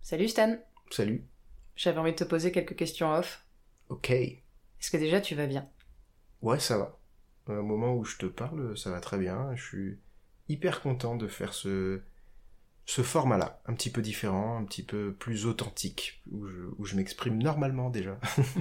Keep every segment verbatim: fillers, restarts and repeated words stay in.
Salut Stan. Salut. J'avais envie de te poser quelques questions off. Ok. Est-ce que déjà tu vas bien? Ouais, ça va. Au moment où je te parle, ça va très bien. Je suis hyper content de faire ce, ce format-là. Un petit peu différent, un petit peu plus authentique, où je, où je m'exprime normalement déjà.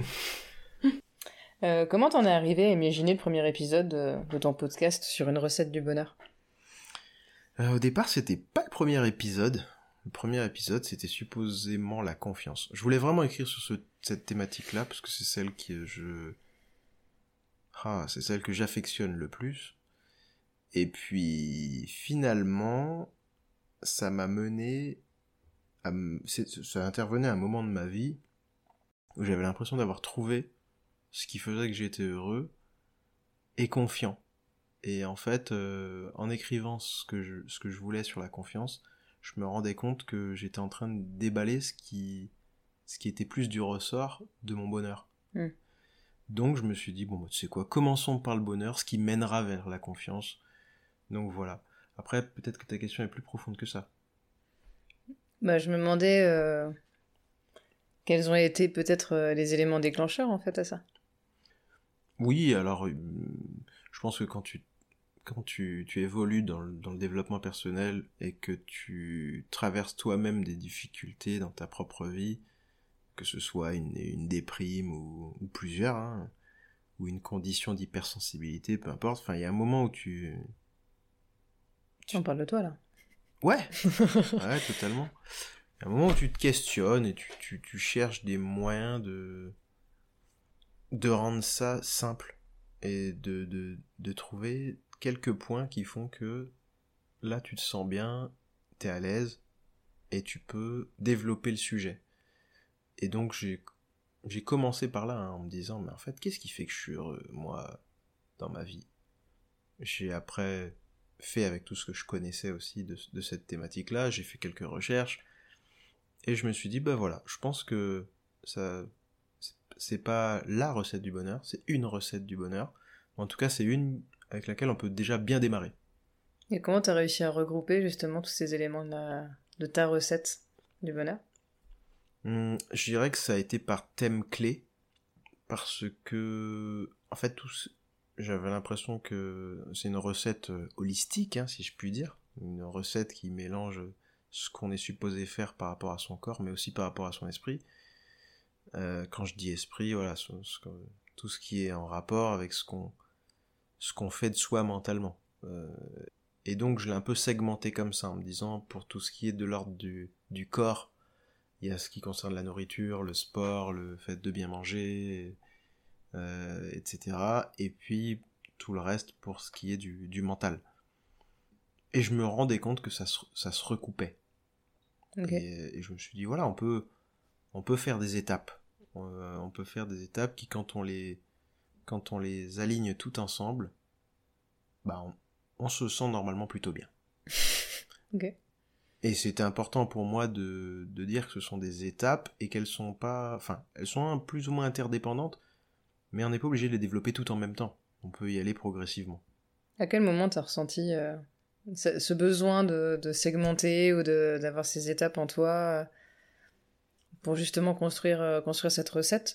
Euh, comment t'en es arrivé à imaginer le premier épisode de, de ton podcast sur une recette du bonheur? Euh, au départ, c'était pas le premier épisode. Le premier épisode, c'était supposément la confiance. Je voulais vraiment écrire sur ce, cette thématique-là, parce que c'est celle que je... Ah, c'est celle que j'affectionne le plus. Et puis, finalement, ça m'a mené à... m- c'est- ça intervenait à un moment de ma vie où j'avais l'impression d'avoir trouvé ce qui faisait que j'étais heureux et confiant. Et en fait, euh, en écrivant ce que, je, ce que je voulais sur la confiance, je me rendais compte que j'étais en train de déballer ce qui, ce qui était plus du ressort de mon bonheur. Mm. Donc je me suis dit, bon, bah, tu sais quoi, commençons par le bonheur, ce qui mènera vers la confiance. Donc voilà. Après, peut-être que ta question est plus profonde que ça. Bah, je me demandais euh, quels ont été peut-être euh, les éléments déclencheurs en fait à ça. Oui, alors, euh, je pense que quand tu quand tu, tu évolues dans le, dans le développement personnel et que tu traverses toi-même des difficultés dans ta propre vie, que ce soit une, une déprime ou, ou plusieurs, hein, ou une condition d'hypersensibilité, peu importe, enfin, il y a un moment où tu... tu... On parle de toi là. Ouais, ouais, totalement. Il y a un moment où tu te questionnes et tu, tu, tu cherches des moyens de, de rendre ça simple et de, de, de trouver quelques points qui font que là, tu te sens bien, t'es à l'aise, et tu peux développer le sujet. Et donc, j'ai, j'ai commencé par là, hein, en me disant, mais en fait, qu'est-ce qui fait que je suis heureux, moi, dans ma vie? J'ai après fait avec tout ce que je connaissais aussi de, de cette thématique-là, j'ai fait quelques recherches, et je me suis dit, bah voilà, je pense que ça, c'est pas la recette du bonheur, c'est une recette du bonheur. En tout cas, c'est une avec laquelle on peut déjà bien démarrer. Et comment t'as réussi à regrouper justement tous ces éléments de, la... de ta recette du bonheur? Hum, je dirais que ça a été par thème clé, parce que, en fait, tout, ce- j'avais l'impression que c'est une recette euh, holistique, hein, si je puis dire. Une recette qui mélange ce qu'on est supposé faire par rapport à son corps, mais aussi par rapport à son esprit. Euh, quand je dis esprit, voilà, ce- ce que- tout ce qui est en rapport avec ce qu'on ce qu'on fait de soi mentalement. Euh, et donc je l'ai un peu segmenté comme ça, en me disant, pour tout ce qui est de l'ordre du, du corps, il y a ce qui concerne la nourriture, le sport, le fait de bien manger, euh, et cetera. Et puis tout le reste pour ce qui est du, du mental. Et je me rendais compte que ça se, ça se recoupait. Ok. Et, et je me suis dit, voilà, on peut, on peut faire des étapes. Euh, on peut faire des étapes qui, quand on les, quand on les aligne tout ensemble, bah, on, on se sent normalement plutôt bien. Ok. Et c'était important pour moi de, de dire que ce sont des étapes et qu'elles sont pas, enfin, elles sont plus ou moins interdépendantes, mais on n'est pas obligé de les développer tout en même temps. On peut y aller progressivement. À quel moment t'as ressenti euh, ce, ce besoin de, de segmenter ou de, d'avoir ces étapes en toi euh, pour justement construire, euh, construire cette recette?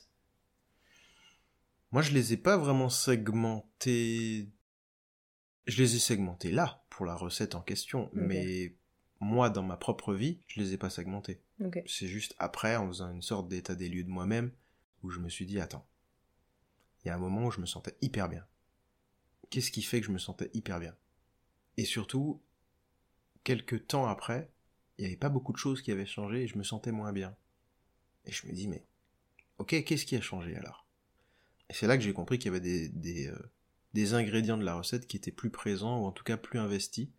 Moi, je les ai pas vraiment segmentés. Je les ai segmentés là, pour la recette en question, Ok. mais moi, dans ma propre vie, je les ai pas segmentés. Ok. C'est juste après, en faisant une sorte d'état des lieux de moi-même, où je me suis dit, attends, il y a un moment où je me sentais hyper bien. Qu'est-ce qui fait que je me sentais hyper bien? Et surtout, quelques temps après, il n'y avait pas beaucoup de choses qui avaient changé et je me sentais moins bien. Et je me dis, mais, ok, qu'est-ce qui a changé alors? Et c'est là que j'ai compris qu'il y avait des, des, euh, des ingrédients de la recette qui étaient plus présents, ou en tout cas plus investis.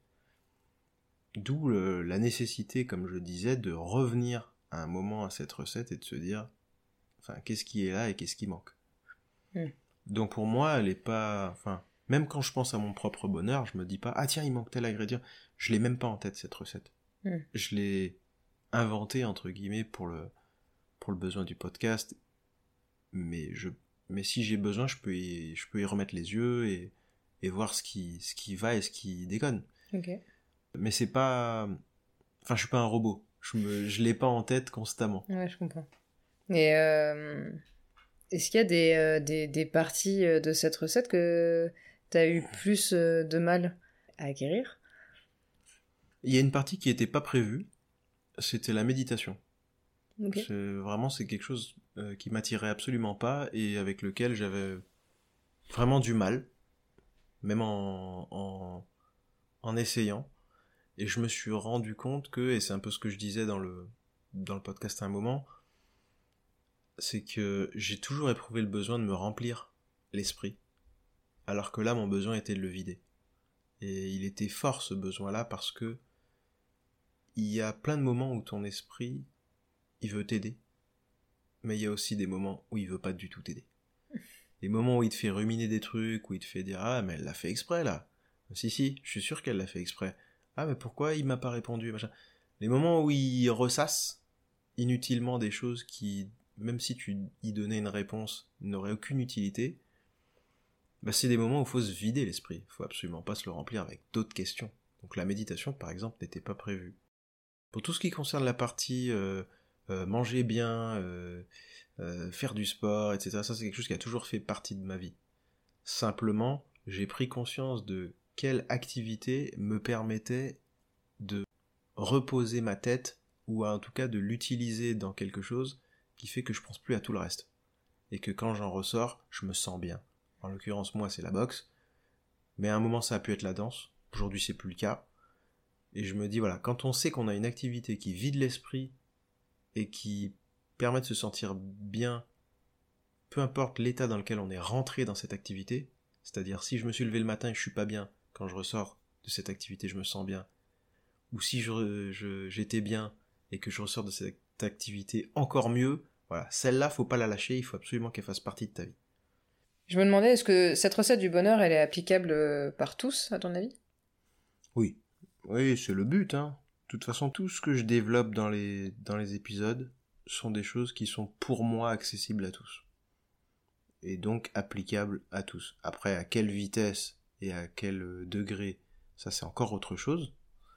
D'où le, la nécessité, comme je disais, de revenir à un moment à cette recette et de se dire, enfin, qu'est-ce qui est là et qu'est-ce qui manque. Mm. Donc pour moi, elle est pas, enfin, même quand je pense à mon propre bonheur, je me dis pas, ah tiens, il manque tel ingrédient. Je l'ai même pas en tête, cette recette. Mm. Je l'ai inventée, entre guillemets, pour le, pour le besoin du podcast, mais je, mais si j'ai besoin, je peux y, je peux y remettre les yeux et, et voir ce qui, ce qui va et ce qui déconne. Ok. Mais c'est pas, enfin, je suis pas un robot. Je me, je l'ai pas en tête constamment. Ouais, je comprends. Et euh, est-ce qu'il y a des, euh, des, des parties euh, de cette recette que t'as eu plus euh, de mal à acquérir? Il y a une partie qui était pas prévue, c'était la méditation. Ok. C'est, vraiment, c'est quelque chose euh, qui m'attirait absolument pas et avec lequel j'avais vraiment du mal, même en, en, en essayant. Et je me suis rendu compte que, et c'est un peu ce que je disais dans le, dans le podcast à un moment, c'est que j'ai toujours éprouvé le besoin de me remplir l'esprit, alors que là, mon besoin était de le vider. Et il était fort ce besoin-là parce que il y a plein de moments où ton esprit, il veut t'aider, mais il y a aussi des moments où il veut pas du tout t'aider. Les moments où il te fait ruminer des trucs, où il te fait dire « Ah, mais elle l'a fait exprès, là !»« Si, si, je suis sûr qu'elle l'a fait exprès. »« Ah, mais pourquoi il m'a pas répondu ?» machin. Les moments où il ressasse inutilement des choses qui, même si tu y donnais une réponse, n'auraient aucune utilité, bah c'est des moments où il faut se vider l'esprit. Il faut absolument pas se le remplir avec d'autres questions. Donc la méditation, par exemple, n'était pas prévue. Pour tout ce qui concerne la partie euh, euh, manger bien, euh, euh, faire du sport, et cetera, ça c'est quelque chose qui a toujours fait partie de ma vie. Simplement, j'ai pris conscience de quelle activité me permettait de reposer ma tête, ou en tout cas de l'utiliser dans quelque chose qui fait que je pense plus à tout le reste. Et que quand j'en ressors, je me sens bien. En l'occurrence, moi, c'est la boxe. Mais à un moment, ça a pu être la danse. Aujourd'hui, c'est plus le cas. Et je me dis, voilà, quand on sait qu'on a une activité qui vide l'esprit et qui permet de se sentir bien, peu importe l'état dans lequel on est rentré dans cette activité, c'est-à-dire si je me suis levé le matin et que je suis pas bien, quand je ressors de cette activité, je me sens bien. Ou si je, je, j'étais bien et que je ressors de cette activité encore mieux, voilà, celle-là, faut pas la lâcher, il faut absolument qu'elle fasse partie de ta vie. Je me demandais, est-ce que cette recette du bonheur, elle est applicable euh, par tous, à ton avis? Oui. Oui, c'est le but, hein. De toute façon, tout ce que je développe dans les, dans les épisodes sont des choses qui sont pour moi accessibles à tous. Et donc applicables à tous. Après, à quelle vitesse et à quel degré, ça c'est encore autre chose.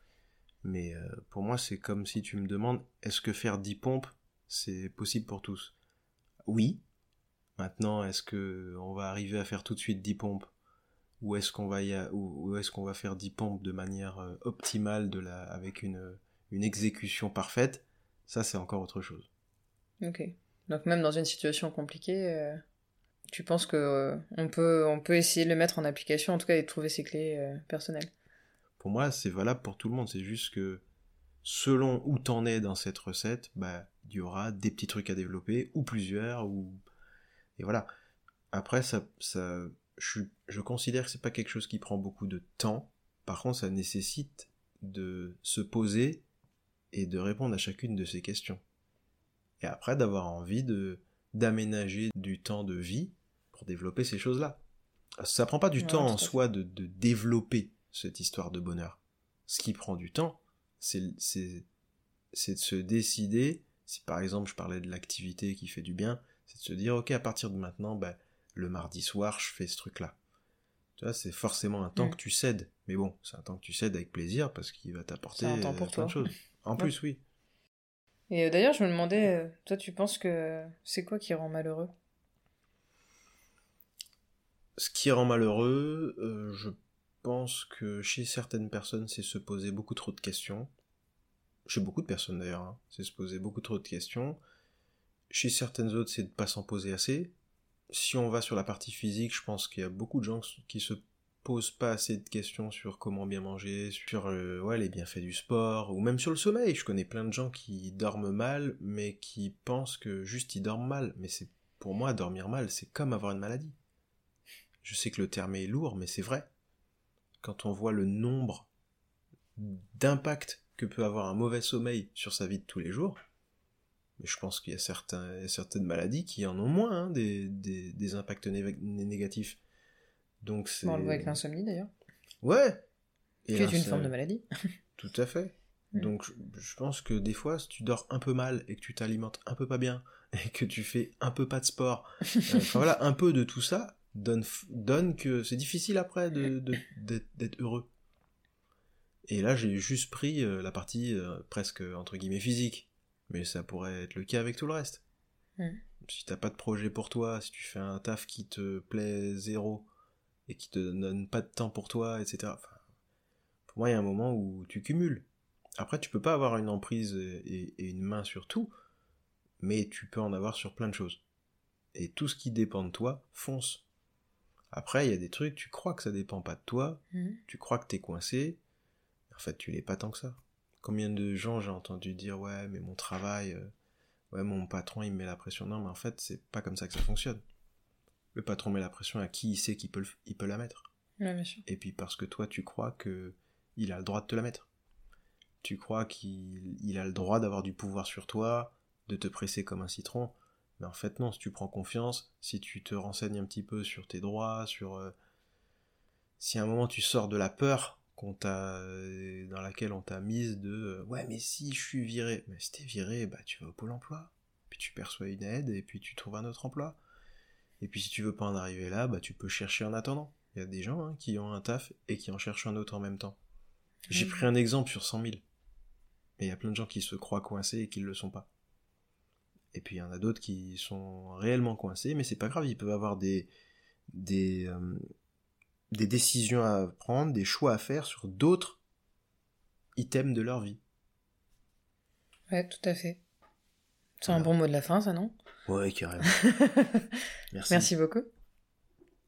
Mais euh, pour moi, c'est comme si tu me demandes, est-ce que faire dix pompes, c'est possible pour tous? Oui. Maintenant, est-ce que on va arriver à faire tout de suite dix pompes? Ou est-ce qu'on va y a, ou, ou est-ce qu'on va faire dix pompes de manière euh, optimale, de la, avec une, une exécution parfaite? Ça, c'est encore autre chose. Ok. Donc même dans une situation compliquée, euh, tu penses que euh, on peut, on peut essayer de le mettre en application, en tout cas, et de trouver ses clés euh, personnelles. Pour moi, c'est valable pour tout le monde. C'est juste que selon où t'en es dans cette recette, bah, il y aura des petits trucs à développer, ou plusieurs, ou... Et voilà. Après, ça, ça, je, je considère que c'est pas quelque chose qui prend beaucoup de temps. Par contre, ça nécessite de se poser et de répondre à chacune de ces questions. Et après, d'avoir envie de, d'aménager du temps de vie pour développer ces choses-là. Ça prend pas du Ouais, temps en tout à soi de, de développer cette histoire de bonheur. Ce qui prend du temps, c'est, c'est, c'est de se décider, si par exemple je parlais de l'activité qui fait du bien, c'est de se dire, ok, à partir de maintenant, bah, le mardi soir, je fais ce truc-là. Tu vois, c'est forcément un temps Mm. que tu cèdes. Mais bon, c'est un temps que tu cèdes avec plaisir parce qu'il va t'apporter C'est un temps euh, pour plein de toi. choses. En Ouais. plus, oui. Et euh, d'ailleurs, je me demandais, euh, toi, tu penses que c'est quoi qui rend malheureux? Ce qui rend malheureux, euh, je pense que chez certaines personnes, c'est se poser beaucoup trop de questions. Chez beaucoup de personnes d'ailleurs, hein, c'est se poser beaucoup trop de questions. Chez certaines autres, c'est de pas s'en poser assez. Si on va sur la partie physique, je pense qu'il y a beaucoup de gens qui se posent pas assez de questions sur comment bien manger, sur euh, ouais, les bienfaits du sport, ou même sur le sommeil. Je connais plein de gens qui dorment mal, mais qui pensent que juste ils dorment mal. Mais c'est, pour moi, dormir mal, c'est comme avoir une maladie. Je sais que le terme est lourd, mais c'est vrai. Quand on voit le nombre d'impacts que peut avoir un mauvais sommeil sur sa vie de tous les jours, mais je pense qu'il y a certains, certaines maladies qui en ont moins, hein, des, des, des impacts né- négatifs. Donc c'est... Bon, on le voit avec l'insomnie, d'ailleurs. Ouais. Et Qui est une l'inso- forme de maladie. Tout à fait. Mm. Donc je, je pense que des fois, si tu dors un peu mal et que tu t'alimentes un peu pas bien et que tu fais un peu pas de sport, enfin euh, voilà, un peu de tout ça donne, donne que c'est difficile après de, de, d'être, d'être heureux. Et là, j'ai juste pris euh, la partie euh, presque, entre guillemets, physique. Mais ça pourrait être le cas avec tout le reste. Mm. Si t'as pas de projet pour toi, si tu fais un taf qui te plaît zéro, et qui te donne pas de temps pour toi, et cetera. Enfin, pour moi, il y a un moment où tu cumules. Après, tu peux pas avoir une emprise et, et une main sur tout, mais tu peux en avoir sur plein de choses. Et tout ce qui dépend de toi, fonce. Après, il y a des trucs, tu crois que ça dépend pas de toi, Mm. tu crois que t'es coincé, en fait, tu l'es pas tant que ça. Combien de gens j'ai entendu dire, ouais, mais mon travail, euh, ouais, mon patron, il me met la pression. Non, mais en fait, c'est pas comme ça que ça fonctionne. Le patron met la pression à qui il sait qu'il peut, le, il peut la mettre. Ouais, bien sûr. Et puis parce que toi, tu crois que il a le droit de te la mettre. Tu crois qu'il il a le droit d'avoir du pouvoir sur toi, de te presser comme un citron. Mais en fait, non, si tu prends confiance, si tu te renseignes un petit peu sur tes droits, sur... Euh, si à un moment tu sors de la peur qu'on t'a, euh, dans laquelle on t'a mise de euh, ouais, mais si je suis viré, mais si t'es viré, bah tu vas au Pôle emploi, puis tu perçois une aide, et puis tu trouves un autre emploi. Et puis si tu veux pas en arriver là, bah tu peux chercher en attendant. Il y a des gens hein, qui ont un taf et qui en cherchent un autre en même temps. J'ai Mmh. pris un exemple sur cent mille. Mais il y a plein de gens qui se croient coincés et qui ne le sont pas. Et puis il y en a d'autres qui sont réellement coincés, mais c'est pas grave, ils peuvent avoir des, des, euh, des décisions à prendre, des choix à faire sur d'autres items de leur vie. Ouais, tout à fait. C'est Voilà. un bon mot de la fin, ça, non? Ouais, carrément. Merci. Merci beaucoup.